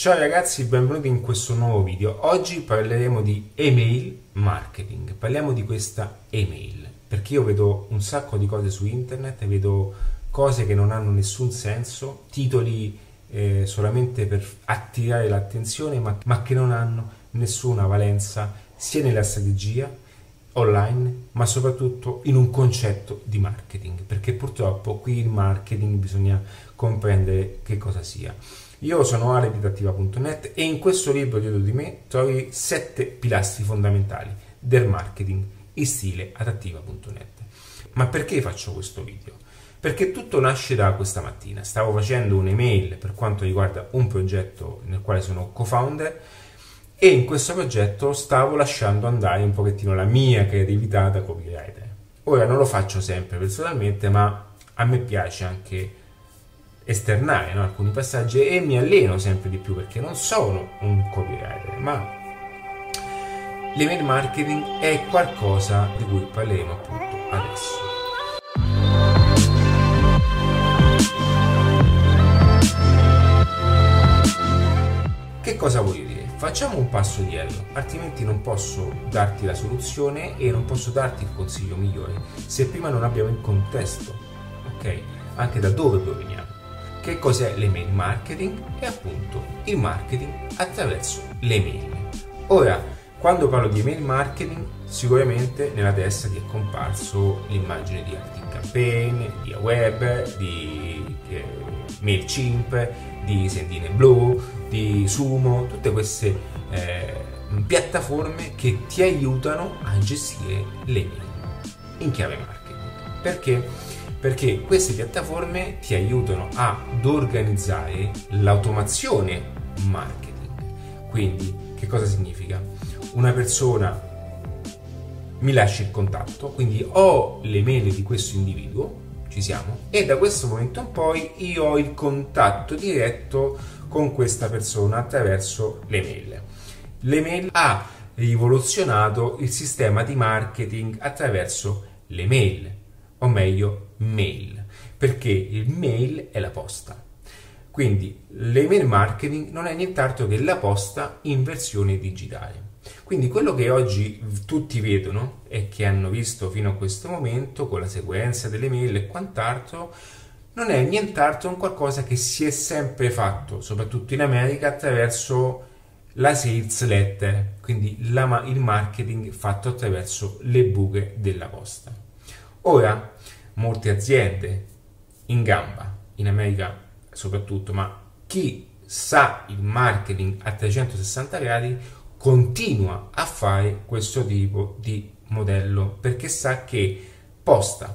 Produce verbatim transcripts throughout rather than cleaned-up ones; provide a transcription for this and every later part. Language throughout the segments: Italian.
Ciao ragazzi, benvenuti in questo nuovo video. Oggi parleremo di email marketing. Parliamo di questa email, perché io vedo un sacco di cose su internet, vedo cose che non hanno nessun senso, titoli eh, solamente per attirare l'attenzione, ma, ma che non hanno nessuna valenza sia nella strategia online, ma soprattutto in un concetto di marketing, perché purtroppo qui il marketing bisogna comprendere che cosa sia. Io sono Ale di adattiva punto net e in questo libro dietro di me trovi sette pilastri fondamentali del marketing in stile adattiva punto net. Ma perché faccio questo video? Perché tutto nasce da questa mattina. Stavo facendo un'email per quanto riguarda un progetto nel quale sono co-founder e in questo progetto stavo lasciando andare un pochettino la mia creatività da copywriter. Ora non lo faccio sempre personalmente, ma a me piace anche esternare, no, alcuni passaggi e mi alleno sempre di più perché non sono un copywriter, ma l'email marketing è qualcosa di cui parleremo appunto adesso. Che cosa voglio dire? Facciamo un passo dietro, altrimenti non posso darti la soluzione e non posso darti il consiglio migliore se prima non abbiamo il contesto, ok? Anche da dove proveniamo. Che cos'è l'email marketing? È appunto il marketing attraverso le mail. Ora, quando parlo di email marketing, sicuramente nella testa ti è comparso l'immagine di ActiveCampaign, di Aweber, di eh, MailChimp, di Sendinblue, di Sumo, tutte queste eh, piattaforme che ti aiutano a gestire le mail in chiave marketing. Perché? Perché queste piattaforme ti aiutano ad organizzare l'automazione marketing. Quindi, che cosa significa? Una persona mi lascia il contatto, quindi ho le mail di questo individuo, ci siamo, e da questo momento in poi io ho il contatto diretto con questa persona attraverso le mail. L'email ha rivoluzionato il sistema di marketing attraverso le mail, o meglio mail, perché il mail è la posta. Quindi l'email marketing non è nient'altro che la posta in versione digitale. Quindi quello che oggi tutti vedono e che hanno visto fino a questo momento con la sequenza delle mail e quant'altro non è nient'altro un qualcosa che si è sempre fatto, soprattutto in America, attraverso la sales letter, quindi la, il marketing fatto attraverso le buche della posta. Ora molte aziende in gamba, in America soprattutto, ma chi sa il marketing a trecentosessanta gradi continua a fare questo tipo di modello perché sa che posta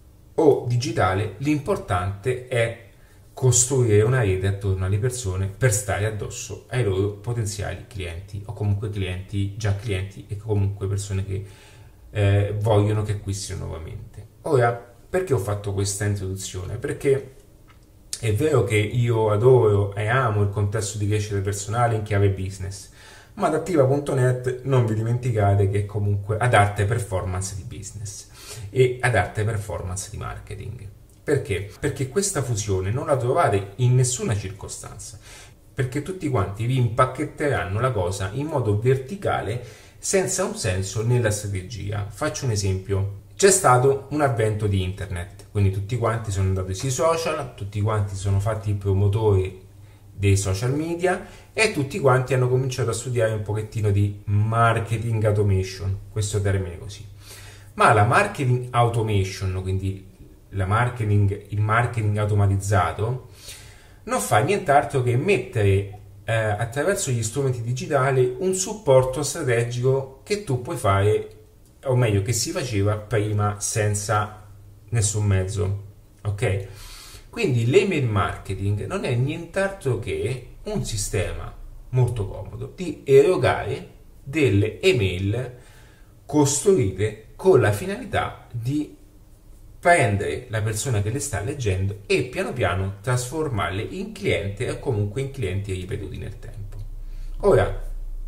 o digitale l'importante è costruire una rete attorno alle persone per stare addosso ai loro potenziali clienti o comunque clienti, già clienti e comunque persone che eh, vogliono che acquistino nuovamente. Ora, perché ho fatto questa introduzione? Perché è vero che io adoro e amo il contesto di crescita personale in chiave business, ma adattiva punto net non vi dimenticate che è comunque ad arte performance di business e ad arte performance di marketing. Perché? Perché questa fusione non la trovate in nessuna circostanza, perché tutti quanti vi impacchetteranno la cosa in modo verticale senza un senso nella strategia. Faccio un esempio. C'è stato un avvento di internet, quindi tutti quanti sono andati sui social, tutti quanti sono fatti i promotori dei social media e tutti quanti hanno cominciato a studiare un pochettino di marketing automation, questo termine così. Ma la marketing automation, quindi la marketing, il marketing automatizzato, non fa nient'altro che mettere eh, attraverso gli strumenti digitali un supporto strategico che tu puoi fare, o meglio che si faceva prima senza nessun mezzo, ok? Quindi l'email marketing non è nient'altro che un sistema molto comodo di erogare delle email costruite con la finalità di prendere la persona che le sta leggendo e piano piano trasformarle in cliente o comunque in clienti ripetuti nel tempo. Ora,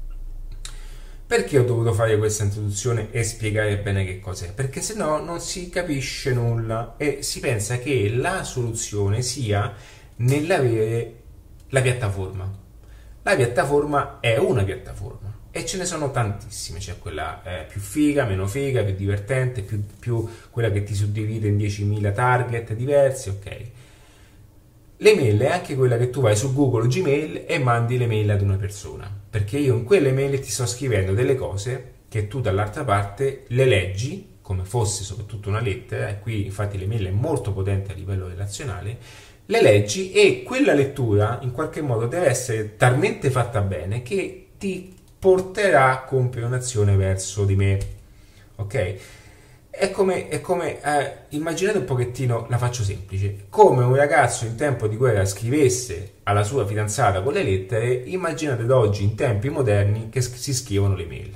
perché ho dovuto fare questa introduzione e spiegare bene che cos'è? Perché se no non si capisce nulla e si pensa che la soluzione sia nell'avere la piattaforma. La piattaforma è una piattaforma e ce ne sono tantissime, c'è quella eh, più figa, meno figa, più divertente, più, più quella che ti suddivide in diecimila target diversi, ok. L'email è anche quella che tu vai su Google o Gmail e mandi le mail ad una persona, perché io in quelle mail ti sto scrivendo delle cose che tu dall'altra parte le leggi, come fosse soprattutto una lettera, e qui infatti l'email è molto potente a livello relazionale, le leggi e quella lettura in qualche modo deve essere talmente fatta bene che ti porterà a compiere un'azione verso di me, ok? È come, è come eh, immaginate un pochettino, la faccio semplice, come un ragazzo in tempo di guerra scrivesse alla sua fidanzata con le lettere, immaginate da oggi in tempi moderni che si scrivono le mail,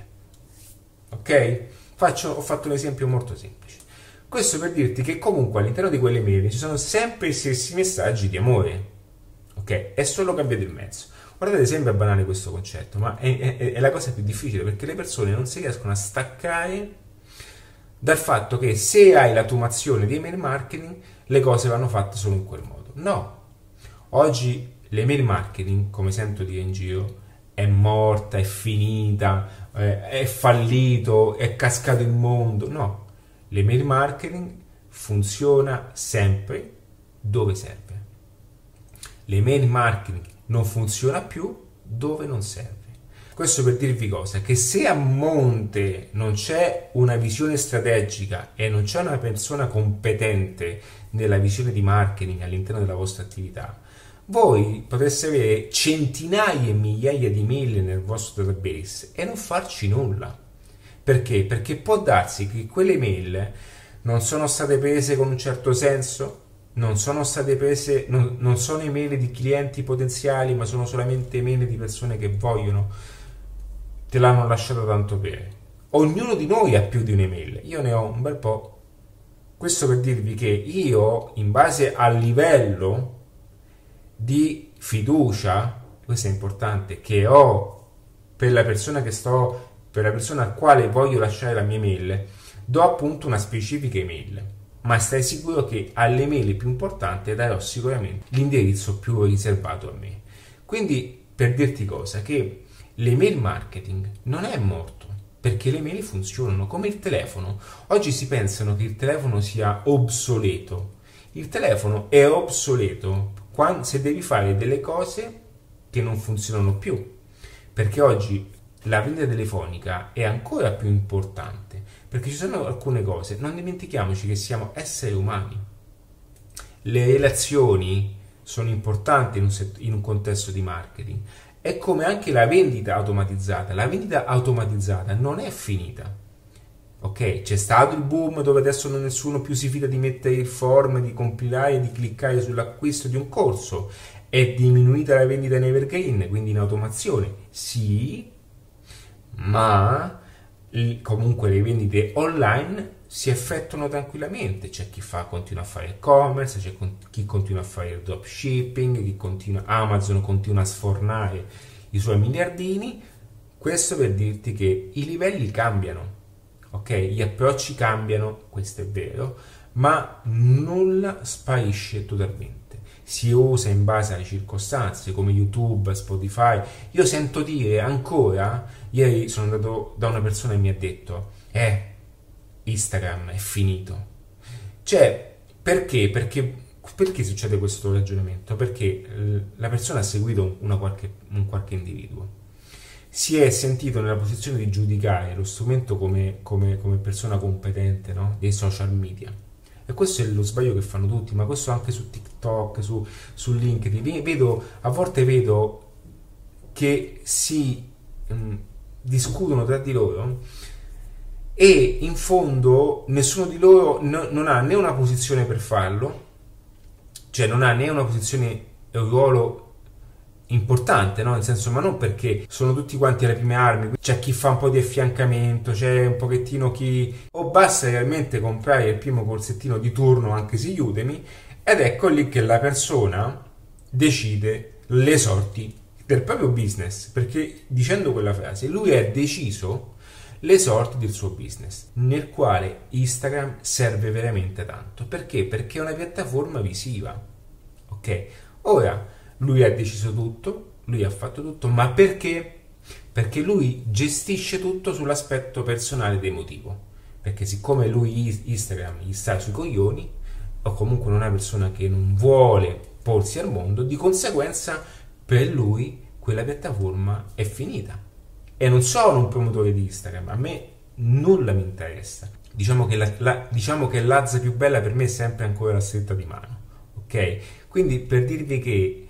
ok? Faccio, ho fatto un esempio molto semplice. Questo per dirti che comunque all'interno di quelle mail ci sono sempre gli stessi messaggi di amore, ok? È solo cambiato il mezzo. Guardate, sembra banale questo concetto, ma è, è, è la cosa più difficile, perché le persone non si riescono a staccare dal fatto che se hai l'automazione di email marketing, le cose vanno fatte solo in quel modo. No, oggi l'email marketing, come sento dire in giro, è morta, è finita, eh, è fallito, è cascato il mondo. No, l'email marketing funziona sempre dove serve. L'email marketing non funziona più dove non serve. Questo per dirvi cosa? Che se a monte non c'è una visione strategica e non c'è una persona competente nella visione di marketing all'interno della vostra attività, voi potreste avere centinaia e migliaia di mail nel vostro database e non farci nulla. Perché? Perché può darsi che quelle mail non sono state prese con un certo senso, non sono state prese, non, non sono email di clienti potenziali, ma sono solamente email di persone che vogliono, te l'hanno lasciato tanto per. Ognuno di noi ha più di un'email, io ne ho un bel po'. Questo per dirvi che io, in base al livello di fiducia, questo è importante, che ho per la persona che sto, per la persona al quale voglio lasciare la mia email, do appunto una specifica email. Ma stai sicuro che alle mail più importanti darò sicuramente l'indirizzo più riservato a me. Quindi, per dirti cosa, che l'email marketing non è morto, perché le mail funzionano come il telefono. Oggi si pensano che il telefono sia obsoleto. Il telefono è obsoleto quando, se devi fare delle cose che non funzionano più, perché oggi la vendita telefonica è ancora più importante, perché ci sono alcune cose, non dimentichiamoci che siamo esseri umani, le relazioni sono importanti in un, set- in un contesto di marketing, è come anche la vendita automatizzata. La vendita automatizzata non è finita, ok? C'è stato il boom dove adesso nessuno più si fida di mettere il form, di compilare, di cliccare sull'acquisto di un corso, è diminuita la vendita in evergreen, quindi in automazione, sì, ma comunque le vendite online si effettuano tranquillamente. C'è chi fa, continua a fare e-commerce, c'è chi continua a fare il dropshipping, chi continua, Amazon continua a sfornare i suoi miliardini. Questo per dirti che i livelli cambiano, ok? Gli approcci cambiano, questo è vero, ma nulla sparisce totalmente. Si usa in base alle circostanze, come YouTube, Spotify. Io sento dire ancora, ieri sono andato da una persona e mi ha detto eh, Instagram è finito. Cioè, perché? Perché, perché succede questo ragionamento? Perché la persona ha seguito una qualche, un qualche individuo, si è sentito nella posizione di giudicare lo strumento come, come, come persona competente, no? Dei social media. E questo è lo sbaglio che fanno tutti, ma questo anche su TikTok, su, su LinkedIn. Vedo, a volte vedo che si mh, discutono tra di loro e in fondo nessuno di loro no, non ha né una posizione per farlo, cioè non ha né una posizione e un ruolo importante, no? Nel senso, ma non perché sono tutti quanti alle prime armi, c'è chi fa un po' di affiancamento, c'è un pochettino chi, o basta realmente comprare il primo corsettino di turno anche su Udemy, ed ecco lì che la persona decide le sorti del proprio business, perché dicendo quella frase lui ha deciso le sorti del suo business, nel quale Instagram serve veramente tanto. Perché? Perché è una piattaforma visiva, ok? Ora lui ha deciso tutto, lui ha fatto tutto, ma perché? Perché lui gestisce tutto sull'aspetto personale ed emotivo, perché siccome lui Instagram gli sta sui coglioni, o comunque non è una persona che non vuole porsi al mondo, di conseguenza per lui quella piattaforma è finita. E non sono un promotore di Instagram, a me nulla mi interessa. Diciamo che la, la, diciamo che l'azza più bella per me è sempre ancora la stretta di mano, ok? Quindi per dirvi che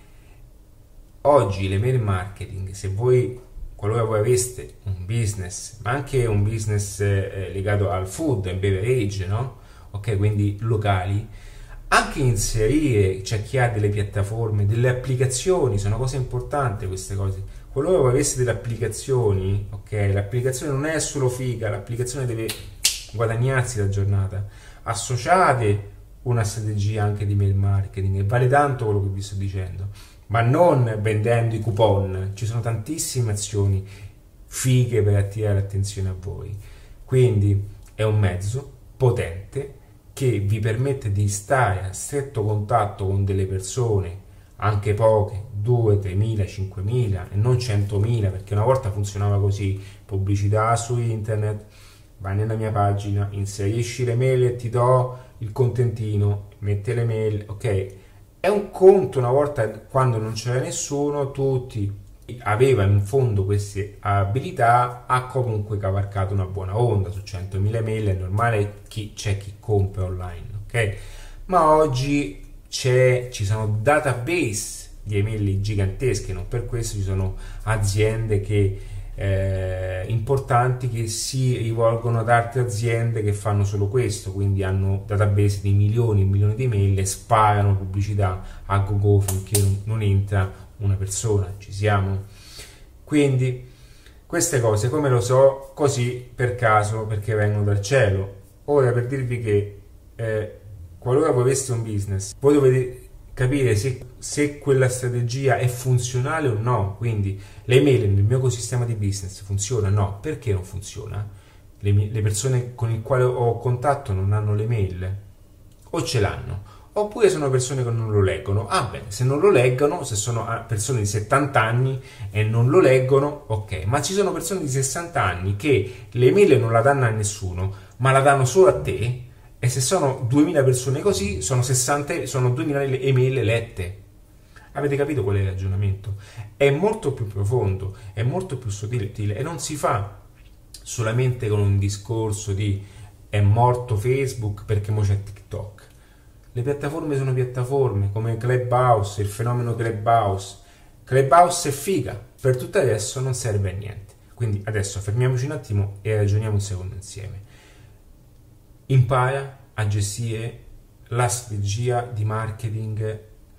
oggi l'email marketing, se voi, qualora voi aveste un business, ma anche un business eh, legato al food and beverage, no? Ok, quindi locali, anche inserire, c'è chi ha delle piattaforme, delle applicazioni, sono cose importanti queste cose. Qualora voi aveste delle applicazioni, ok, l'applicazione non è solo figa, l'applicazione deve guadagnarsi la giornata, associate una strategia anche di mail marketing, e vale tanto quello che vi sto dicendo, ma non vendendo i coupon. Ci sono tantissime azioni fighe per attirare l'attenzione a voi, quindi è un mezzo potente che vi permette di stare a stretto contatto con delle persone, anche poche, due, tremila, cinquemila e non centomila, perché una volta funzionava così: pubblicità su internet, vai nella mia pagina, inserisci le mail e ti do il contentino, metti le mail, ok? È un conto. Una volta, quando non c'era nessuno, tutti avevano in fondo queste abilità, ha comunque cavalcato una buona onda. Su centomila mail è normale, chi, c'è chi compra online, ok? Ma oggi c'è, ci sono database di email gigantesche, non per questo ci sono aziende che Eh, importanti che si rivolgono ad altre aziende che fanno solo questo, quindi hanno database di milioni e milioni di mail e sparano pubblicità a go-go finché non, non entra una persona. Ci siamo? Quindi queste cose, come lo so, così per caso, perché vengono dal cielo. Ora, per dirvi che eh, qualora voi aveste un business, voi dovete capire se, se quella strategia è funzionale o no. Quindi le email nel mio ecosistema di business funziona? No. Perché non funziona? Le, le persone con le quali ho contatto non hanno le mail, o ce l'hanno, oppure sono persone che non lo leggono. Ah bene, se non lo leggono, se sono persone di settanta anni e non lo leggono, ok, ma ci sono persone di sessanta anni che le mail non la danno a nessuno, ma la danno solo a te. E se sono duemila persone così, sono sessanta, sono duemila email lette. Avete capito qual è il ragionamento? È molto più profondo, è molto più sottile, e non si fa solamente con un discorso di è morto Facebook perché mo c'è TikTok. Le piattaforme sono piattaforme, come Clubhouse, il fenomeno Clubhouse. Clubhouse è figa, per tutto adesso non serve a niente. Quindi adesso fermiamoci un attimo e ragioniamo un secondo insieme. Impara a gestire la strategia di marketing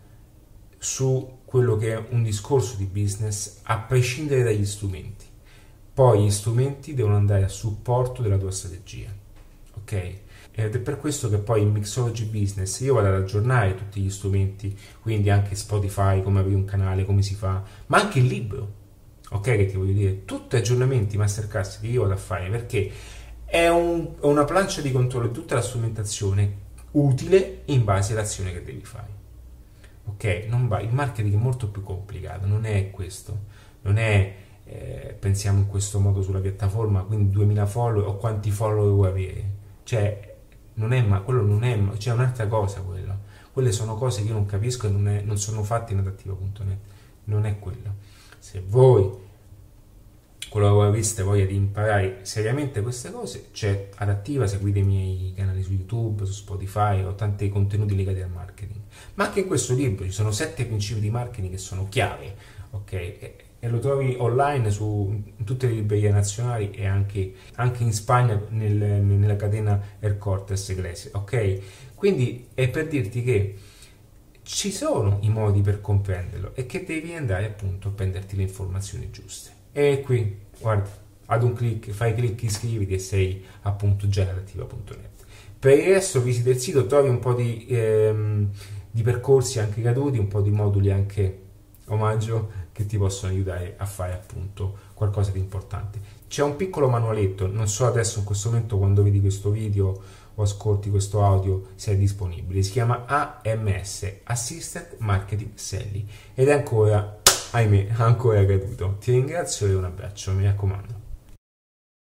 su quello che è un discorso di business, a prescindere dagli strumenti. Poi gli strumenti devono andare a supporto della tua strategia, ok? Ed è per questo che poi in Mixology Business io vado ad aggiornare tutti gli strumenti, quindi anche Spotify, come aprire un canale, come si fa, ma anche il libro, ok? Che ti voglio dire, tutti aggiornamenti, masterclass che io vado a fare, perché è un, una plancia di controllo di tutta la strumentazione utile in base all'azione che devi fare. Ok? Non va, il marketing è molto più complicato, non è questo, non è eh, pensiamo in questo modo sulla piattaforma, quindi duemila follower o quanti follower vuoi avere, cioè non è, ma quello non è, c'è cioè un'altra cosa quello. Quelle sono cose che io non capisco e non, è, non sono fatte in adattiva punto net, non è quello. Se voi quello che voi aveste voglia di imparare seriamente queste cose, c'è Adattiva, seguite i miei canali su YouTube, su Spotify, ho tanti contenuti legati al marketing. Ma anche in questo libro ci sono sette principi di marketing che sono chiave, ok? E, e lo trovi online su in tutte le librerie nazionali e anche, anche in Spagna nel, nella catena El Corte Inglés, ok? Quindi è per dirti che ci sono i modi per comprenderlo e che devi andare appunto a prenderti le informazioni giuste. E qui, guarda, ad un clic, fai clic, iscriviti e sei appunto già in adattiva punto net. Per il resto visita il sito, trovi un po' di, ehm, di percorsi anche gratuiti, un po' di moduli anche omaggio che ti possono aiutare a fare appunto qualcosa di importante. C'è un piccolo manualetto, non so adesso in questo momento quando vedi questo video o ascolti questo audio se è disponibile, si chiama A M S, Assisted Marketing Selling, ed è ancora ahimè, ancora caduto. Ti ringrazio e un abbraccio, mi raccomando.